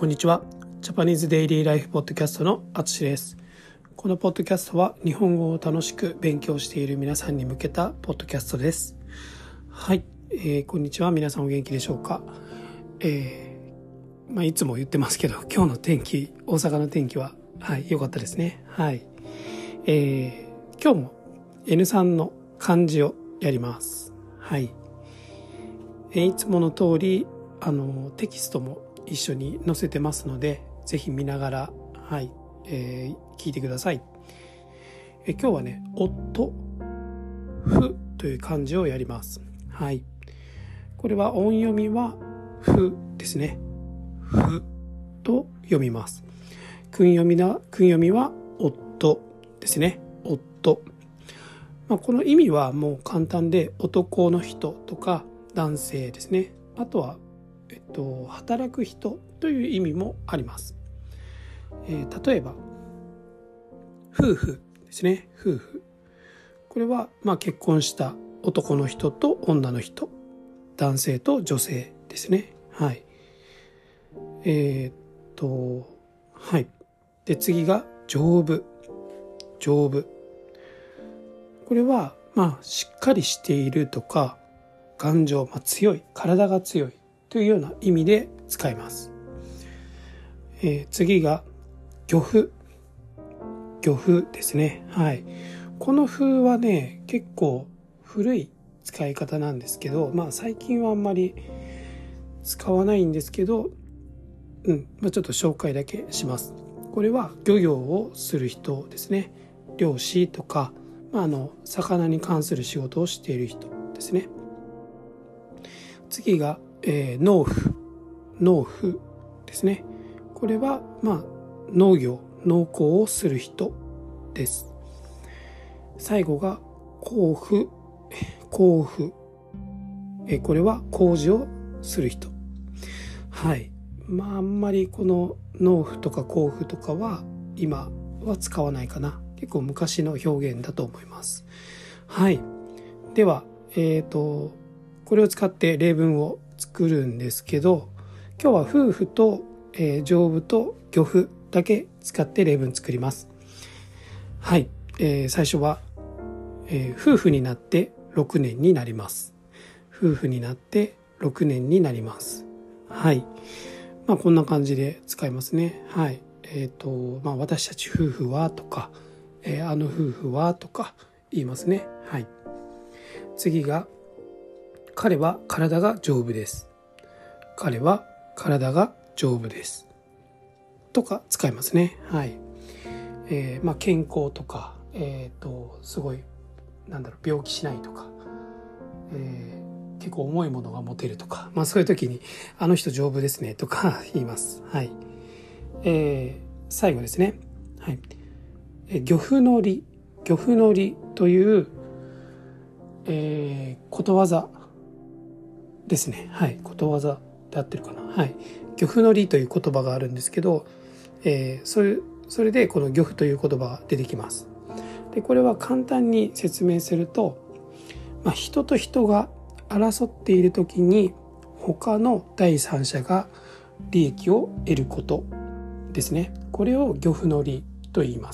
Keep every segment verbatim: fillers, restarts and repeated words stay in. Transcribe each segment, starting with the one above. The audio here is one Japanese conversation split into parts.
こんにちは。ジャパニーズデイリーライフポッドキャストのあつしです。このポッドキャストは日本語を楽しく勉強している皆さんに向けたポッドキャストです。はい、えー、こんにちは。皆さんお元気でしょうか。えーまあ、いつも言ってますけど、今日の天気、大阪の天気ははい良かったですね。はい、えー、今日も エヌスリー の漢字をやります。はい、えー、いつもの通りあのテキストも一緒に載せてますので、ぜひ見ながら、はいえー、聞いてください。え今日はね、夫、ふという漢字をやります。はい、これは音読みはふですね。ふと読みます。訓読みな訓読みは夫ですね。夫、まあ、この意味はもう簡単で、男の人とか男性ですね。あとはえっと、働く人という意味もあります。えー、例えば夫婦ですね。夫婦、これはまあ結婚した男の人と女の人、男性と女性ですね。はい。えー、っとはいで次が丈夫。丈夫、これはまあしっかりしているとか頑丈、まあ、強い、体が強いというような意味で使います。えー、次が漁夫。漁夫ですね。はい。この風はね、結構古い使い方なんですけど、まあ最近はあんまり使わないんですけど、うん、まあ、ちょっと紹介だけします。これは漁業をする人ですね。漁師とか、まあ、あの魚に関する仕事をしている人ですね。次がえー、農夫。農夫ですね。これはまあ農業、農耕をする人です。最後が工夫。工夫、えー、これは工事をする人。はい。まああんまりこの農夫とか工夫とかは今は使わないかな。結構昔の表現だと思います。はい。ではえっとこれを使って例文を作るんですけど、今日は夫婦と、えー、丈夫と漁夫だけ使って例文作ります。はい、えー、最初は、えー、夫婦になってろくねんになります。夫婦になってろくねんになります。はい、まあこんな感じで使いますね。はい、えっとまあ私たち夫婦はとか、えー、あの夫婦はとか言いますね。はい。次が彼は体が丈夫です。彼は体が丈夫ですとか使いますね。はい。えー、まあ健康とか、えっとすごいなんだろう、病気しないとか、えー、結構重いものが持てるとか、まあそういう時にあの人丈夫ですねとか言います。はい。えー、最後ですね。はい。えー、漁夫の利。漁夫の利という、えー、ことわざですね。はい、ことわざで合ってるかな。はい、漁夫の利という言葉があるんですけど、えー、それそれでこの漁夫という言葉が出てきます。でこれは簡単に説明すると、まあ、人と人が争っている時に他の第三者が利益を得ることですね。これを漁夫の利と言います。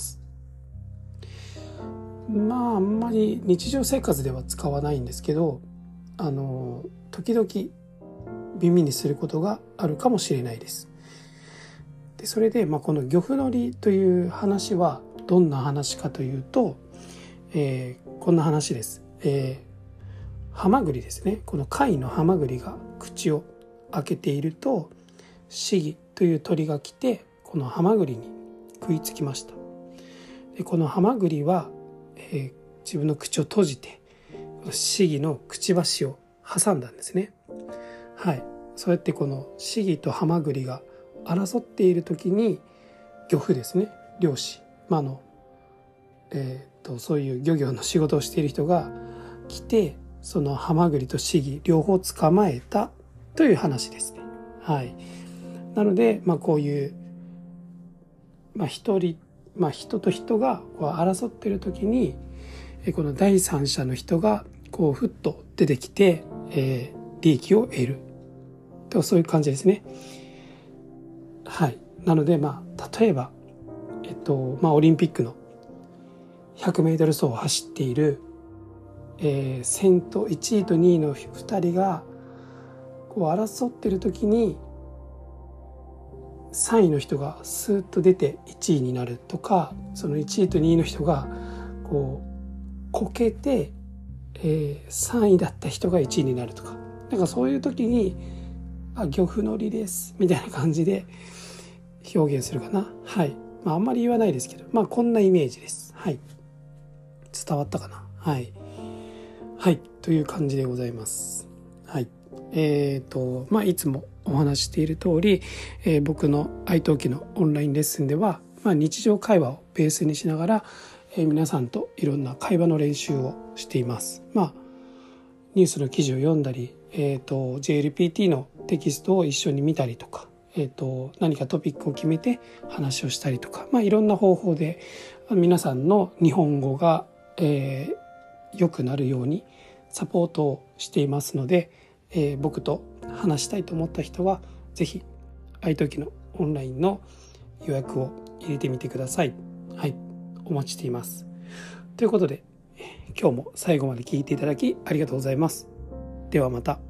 まああんまり日常生活では使わないんですけど、あの時々耳にすることがあるかもしれないです。でそれで、まあ、この漁夫の利という話はどんな話かというと、えー、こんな話です。えー、ハマグリですね。この貝のハマグリが口を開けていると、シギという鳥が来てこのハマグリに食いつきました。でこのハマグリは、えー、自分の口を閉じてシギのくちばしを挟んだんですね。はい、そうやってこのシギとハマグリが争っている時に漁夫ですね、漁師、まあのえー、とそういう漁業の仕事をしている人が来て、そのハマグリとシギ両方捕まえたという話ですね。はい、なので、まあ、こういう、まあ、一人、まあ、人と人がこう争っている時にこの第三者の人がこうふっと出てきて、えー、利益を得ると、そういう感じですね。 はい。なので、まあ、例えば、えっと、まあ、オリンピックのひゃくメートル走を走っている、えー、先頭、いちいとにいのふたりが、こう争ってる時に、さんいの人がスーッと出ていちいになるとか、そのいちいとにいの人が、こう、こけて、えー、さんいだった人がいちいになるとか、なんかそういう時に、あ、漁夫の利ですみたいな感じで表現するかな。はい。まああんまり言わないですけど、まあこんなイメージです。はい。伝わったかな。はい。はい。という感じでございます。はい。えっと、まあいつもお話ししている通り、えー、僕の愛登記のオンラインレッスンでは、まあ日常会話をベースにしながら、えー、皆さんといろんな会話の練習をしています。まあニュースの記事を読んだり、えっと、ジェーエルピーティー のテキストを一緒に見たりとか、えー、と何かトピックを決めて話をしたりとか、まあ、いろんな方法で皆さんの日本語が、えー、良くなるようにサポートをしていますので、えー、僕と話したいと思った人はぜひ愛登記のオンラインの予約を入れてみてください。はい、お待ちしています。ということで今日も最後まで聞いていただきありがとうございます。ではまた。